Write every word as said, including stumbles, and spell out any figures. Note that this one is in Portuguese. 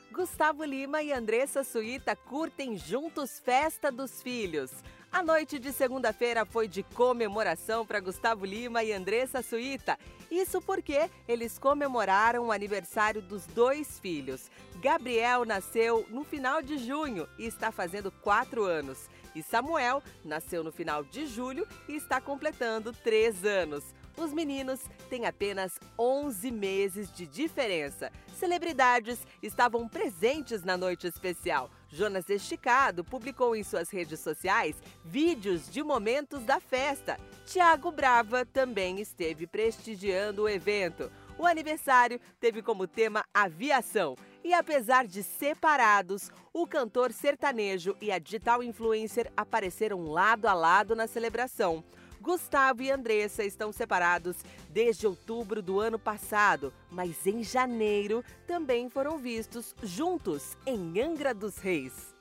Gustavo Lima e Andressa Suíta curtem juntos Festa dos Filhos. A noite de segunda-feira foi de comemoração para Gustavo Lima e Andressa Suíta. Isso porque eles comemoraram o aniversário dos dois filhos. Gabriel nasceu no final de junho e está fazendo quatro anos. E Samuel nasceu no final de julho e está completando três anos. Os meninos têm apenas onze meses de diferença. Celebridades estavam presentes na noite especial. Jonas Esticado publicou em suas redes sociais vídeos de momentos da festa. Thiago Brava também esteve prestigiando o evento. O aniversário teve como tema aviação. E apesar de separados, o cantor sertanejo e a digital influencer apareceram lado a lado na celebração. Gustavo e Andressa estão separados desde outubro do ano passado, mas em janeiro também foram vistos juntos em Angra dos Reis.